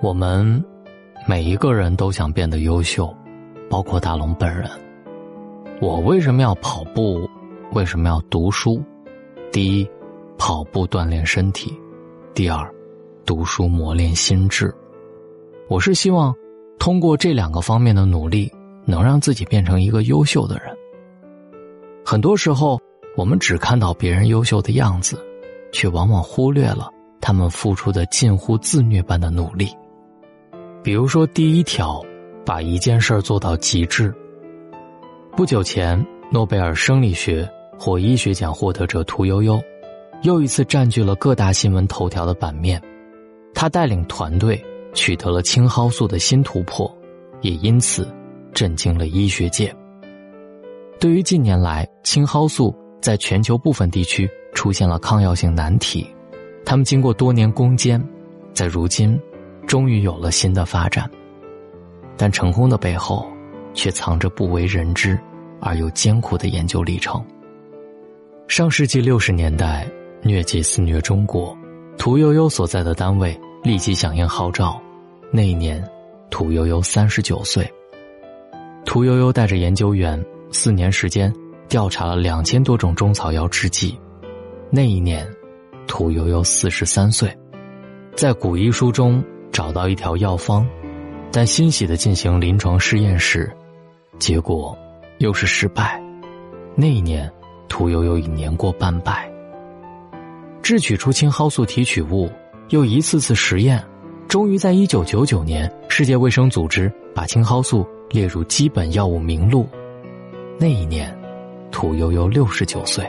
我们每一个人都想变得优秀，包括大龙本人。我为什么要跑步？为什么要读书？第一，跑步锻炼身体；第二，读书磨练心智。我是希望通过这2个方面的努力，能让自己变成一个优秀的人。很多时候，我们只看到别人优秀的样子，却往往忽略了他们付出的近乎自虐般的努力。比如说第1条，把一件事做到极致。不久前，诺贝尔生理学或医学奖获得者屠呦呦又一次占据了各大新闻头条的版面。他带领团队取得了青蒿素的新突破，也因此震惊了医学界。对于近年来青蒿素在全球部分地区出现了抗药性难题，他们经过多年攻坚，在如今终于有了新的发展。但成功的背后却藏着不为人知而又艰苦的研究历程。上世纪60年代，疟疾肆虐中国，屠呦呦所在的单位立即响应号召。那一年，屠呦呦39岁。屠呦呦带着研究员4年时间调查了2000多种中草药制剂。那一年，屠呦呦43岁，在古医书中找到一条药方，但欣喜地进行临床试验时，结果又是失败。那一年，屠呦呦已年过半百。制取出青蒿素提取物，又一次次实验，终于在1999年，世界卫生组织把青蒿素列入基本药物名录。那一年，屠呦呦69岁。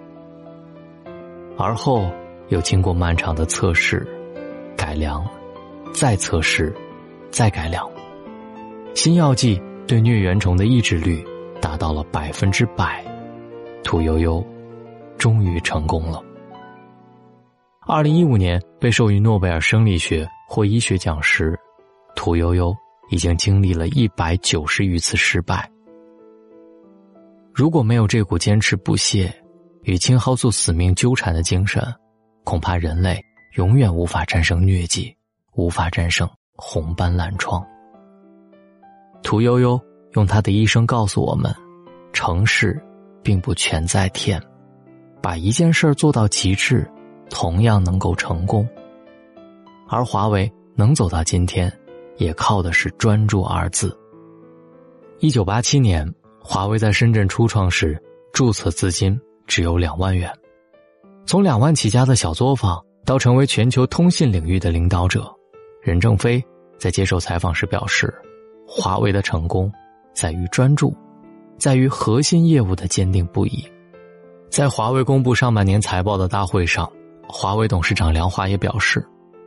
而后又经过漫长的测试、改良、再测试、再改良，新药剂对疟原虫的抑制率达到了100%，屠呦呦终于成功了。2015年被授予诺贝尔生理学或医学奖时，屠呦呦已经经历了190余次失败。如果没有这股坚持不懈、与青蒿素死命纠缠的精神，恐怕人类永远无法战胜疟疾，无法战胜红斑狼疮。屠呦呦用她的一生告诉我们，成事并不全在天，把一件事做到极致，同样能够成功。而华为能走到今天，也靠的是专注2字。1987年，华为在深圳初创时，注册资金只有2万元。从2万起家的小作坊，到成为全球通信领域的领导者，任正非在接受采访时表示，华为的成功在于专注，在于核心业务的坚定不移。在华为公布上半年财报的大会上，华为董事长梁华也表示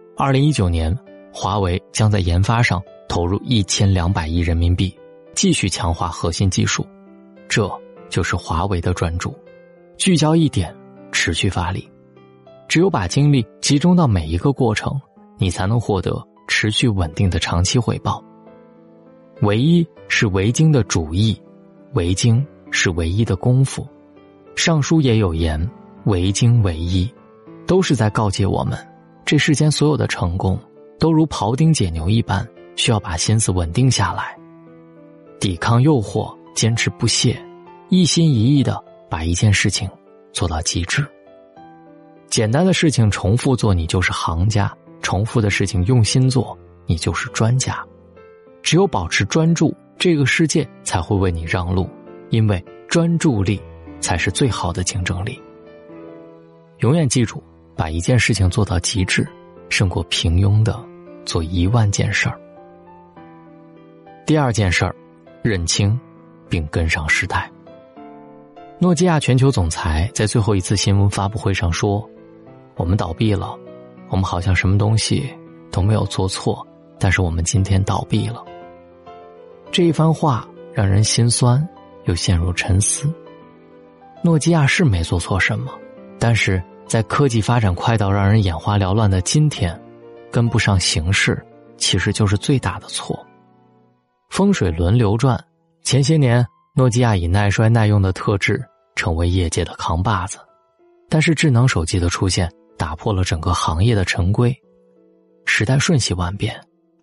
，2019年华为将在研发上投入1200亿人民币，继续强化核心技术。这就是华为的专注，聚焦一点，持续发力。只有把精力集中到每一个过程，你才能获得持续稳定的长期回报。唯一是维京的主义，维京是唯一的功夫。上书也有言，维京唯一，都是在告诫我们，这世间所有的成功都如庖丁解牛一般，需要把心思稳定下来，抵抗诱惑，坚持不懈，一心一意地把一件事情做到极致。简单的事情重复做，你就是行家；重复的事情用心做，你就是专家。只有保持专注，这个世界才会为你让路，因为专注力才是最好的竞争力。永远记住，把一件事情做到极致，胜过平庸的做1万件事儿。第2件事儿，认清并跟上时代。诺基亚全球总裁在最后一次新闻发布会上说，我们倒闭了，我们好像什么东西都没有做错，但是我们今天倒闭了。这一番话让人心酸，又陷入沉思。诺基亚是没做错什么，但是在科技发展快到让人眼花缭乱的今天，跟不上形势其实就是最大的错。风水轮流转，前些年诺基亚以耐摔耐用的特质成为业界的扛把子，但是智能手机的出现打破了整个行业的陈规。时代瞬息万变，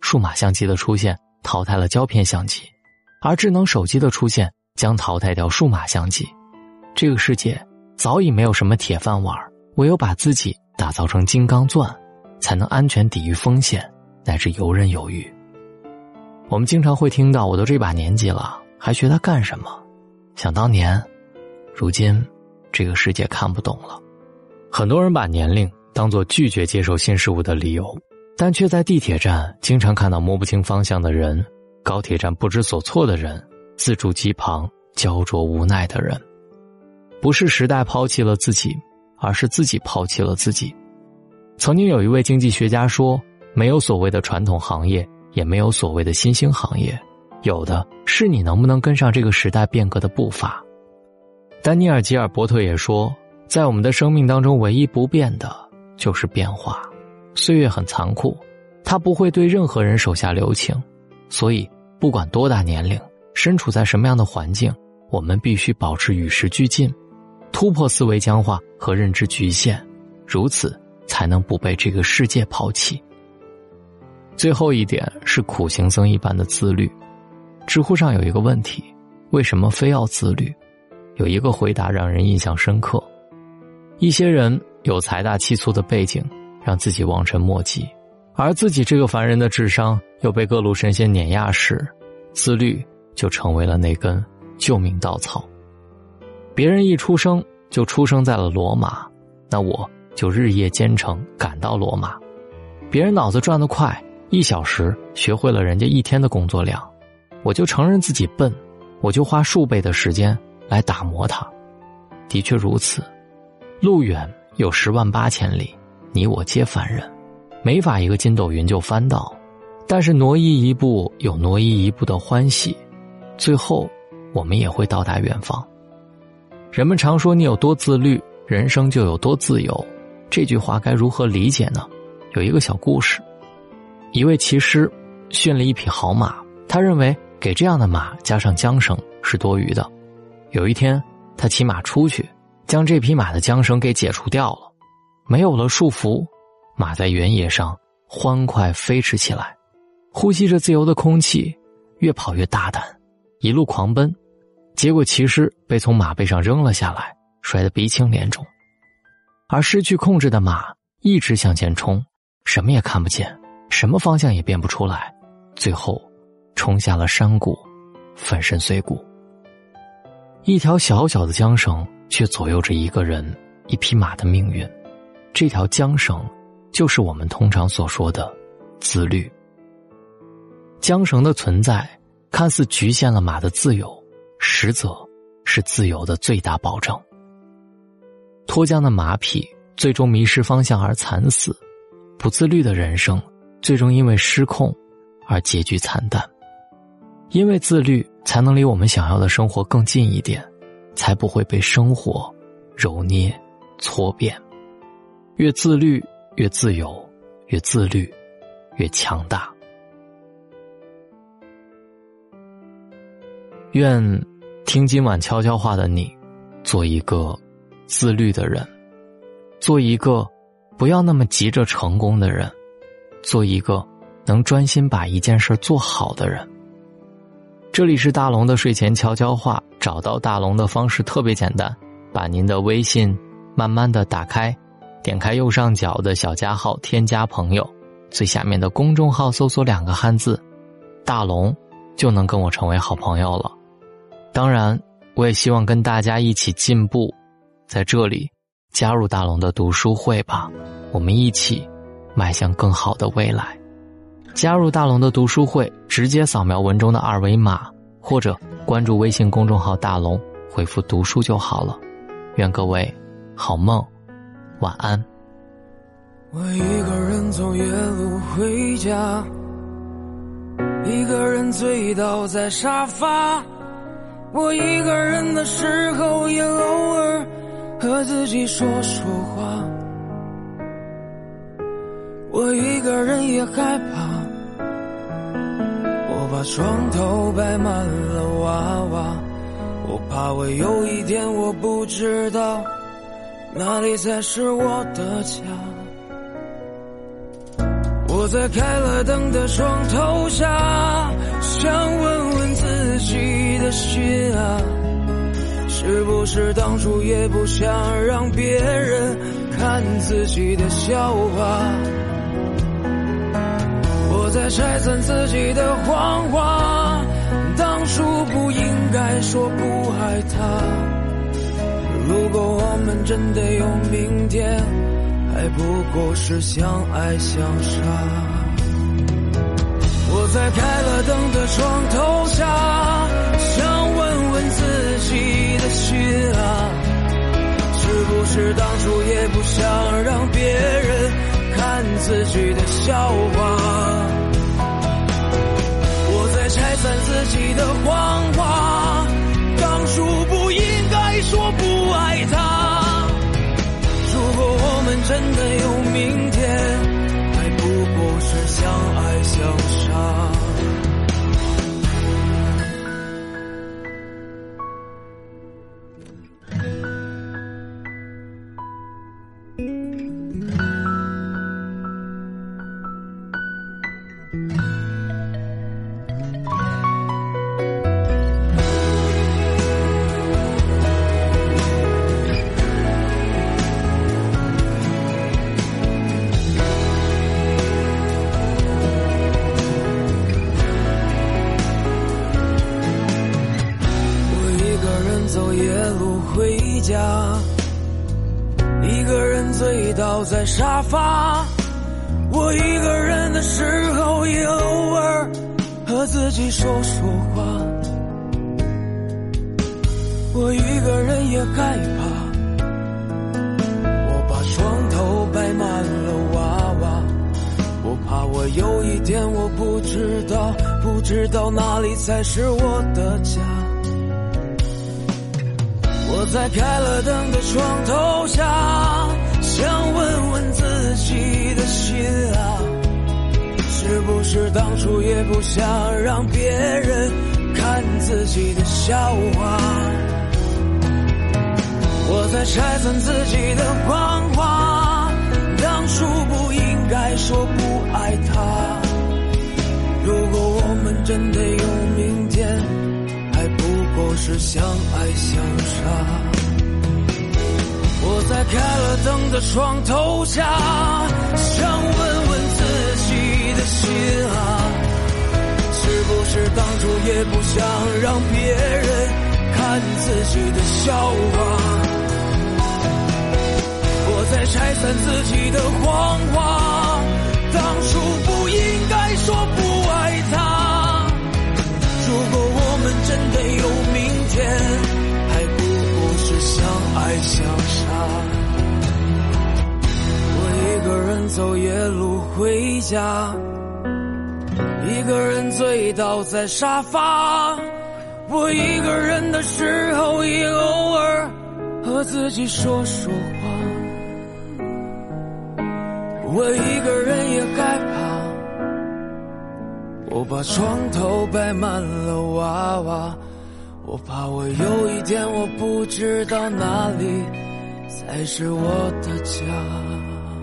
数码相机的出现淘汰了胶片相机，而智能手机的出现将淘汰掉数码相机。这个世界早已没有什么铁饭碗，唯有把自己打造成金刚钻，才能安全抵御风险，乃至游刃有余。我们经常会听到，我都这把年纪了，还学它干什么？想当年，如今这个世界看不懂了。很多人把年龄当作拒绝接受新事物的理由，但却在地铁站经常看到摸不清方向的人，高铁站不知所措的人，自助机旁焦灼无奈的人。不是时代抛弃了自己，而是自己抛弃了自己。曾经有一位经济学家说，没有所谓的传统行业，也没有所谓的新兴行业，有的是你能不能跟上这个时代变革的步伐。丹尼尔·吉尔伯特也说，在我们的生命当中，唯一不变的就是变化。岁月很残酷，它不会对任何人手下留情，所以不管多大年龄，身处在什么样的环境，我们必须保持与时俱进，突破思维僵化和认知局限，如此才能不被这个世界抛弃。最后一点是苦行僧一般的自律。知乎上有一个问题，为什么非要自律？有一个回答让人印象深刻。一些人有财大气粗的背景，让自己望尘莫及，而自己这个凡人的智商又被各路神仙碾压时，自律就成为了那根救命稻草。别人一出生就出生在了罗马，那我就日夜兼程赶到罗马。别人脑子转得快，1小时学会了人家1天的工作量，我就承认自己笨，我就花数倍的时间来打磨它。的确如此，路远有10万8千里，你我皆凡人，没法一个筋斗云就翻到，但是挪移一步有挪移一步的欢喜，最后我们也会到达远方。人们常说你有多自律，人生就有多自由，这句话该如何理解呢？有一个小故事，一位骑师驯了一匹好马，他认为给这样的马加上缰绳是多余的。有一天他骑马出去，将这匹马的缰绳给解除掉了，没有了束缚，马在原野上欢快飞驰起来，呼吸着自由的空气，越跑越大胆，一路狂奔。结果骑师被从马背上扔了下来，摔得鼻青脸肿。而失去控制的马一直向前冲，什么也看不见，什么方向也辨不出来，最后冲下了山谷，粉身碎骨。一条小小的缰绳却左右着一个人一匹马的命运，这条缰绳就是我们通常所说的自律。缰绳的存在看似局限了马的自由，实则是自由的最大保证。脱缰的马匹最终迷失方向而惨死，不自律的人生最终因为失控而结局惨淡。因为自律才能离我们想要的生活更近一点，才不会被生活揉捏搓扁。越自律越自由，越自律越强大。愿听今晚悄悄话的你，做一个自律的人，做一个不要那么急着成功的人，做一个能专心把一件事做好的人。这里是大龙的睡前悄悄话，找到大龙的方式特别简单，把您的微信慢慢的打开，点开右上角的小加号，添加朋友，最下面的公众号搜索2个汉字大龙，就能跟我成为好朋友了。当然我也希望跟大家一起进步，在这里加入大龙的读书会吧，我们一起迈向更好的未来。加入大龙的读书会，直接扫描文中的2维码，或者关注微信公众号大龙，回复读书就好了。愿各位好梦，晚安。 我一个人从夜路回家，一个人醉倒在沙发，我一个人的时候也偶尔和自己说说话，我一个人也害怕，我把床头摆满了娃娃，我怕我有一天我不知道哪里才是我的家。我我在开了灯的床头下，想问问自己的心啊，是不是当初也不想让别人看自己的笑话？我在拆散自己的谎话，当初不应该说不爱他。如果我们真的有明天，还不过是相爱相杀。我在开了灯的床头下，想问问自己的心啊，是不是当初也不想让别人看自己的笑话？我在拆散自己的谎话，当初不应该说不爱他。如果我们真的有明天，还不过是相爱相杀。走夜路回家，一个人醉倒在沙发。我一个人的时候也偶尔和自己说说话。我一个人也害怕，我把床头摆满了娃娃。我怕我有一天我不知道哪里才是我的家。我在开了灯的床头下，想问问自己的心啊，是不是当初也不想让别人看自己的笑话？我在拆散自己的谎话，当初不应该说不爱他。如果我们真的有明天，还不过是相爱相杀。我在开了灯的床头下，想问问自己的心啊，是不是当初也不想让别人看自己的笑话？我在拆散自己的谎话，当初不应该说不爱他。如果我们真的有明天，还不过是相爱相杀。我一个人走夜路回家，一个人醉倒在沙发。我一个人的时候也偶尔和自己说说话。我一个人也害怕，我把床头摆满了娃娃。我怕我有一天我不知道哪里才是我的家。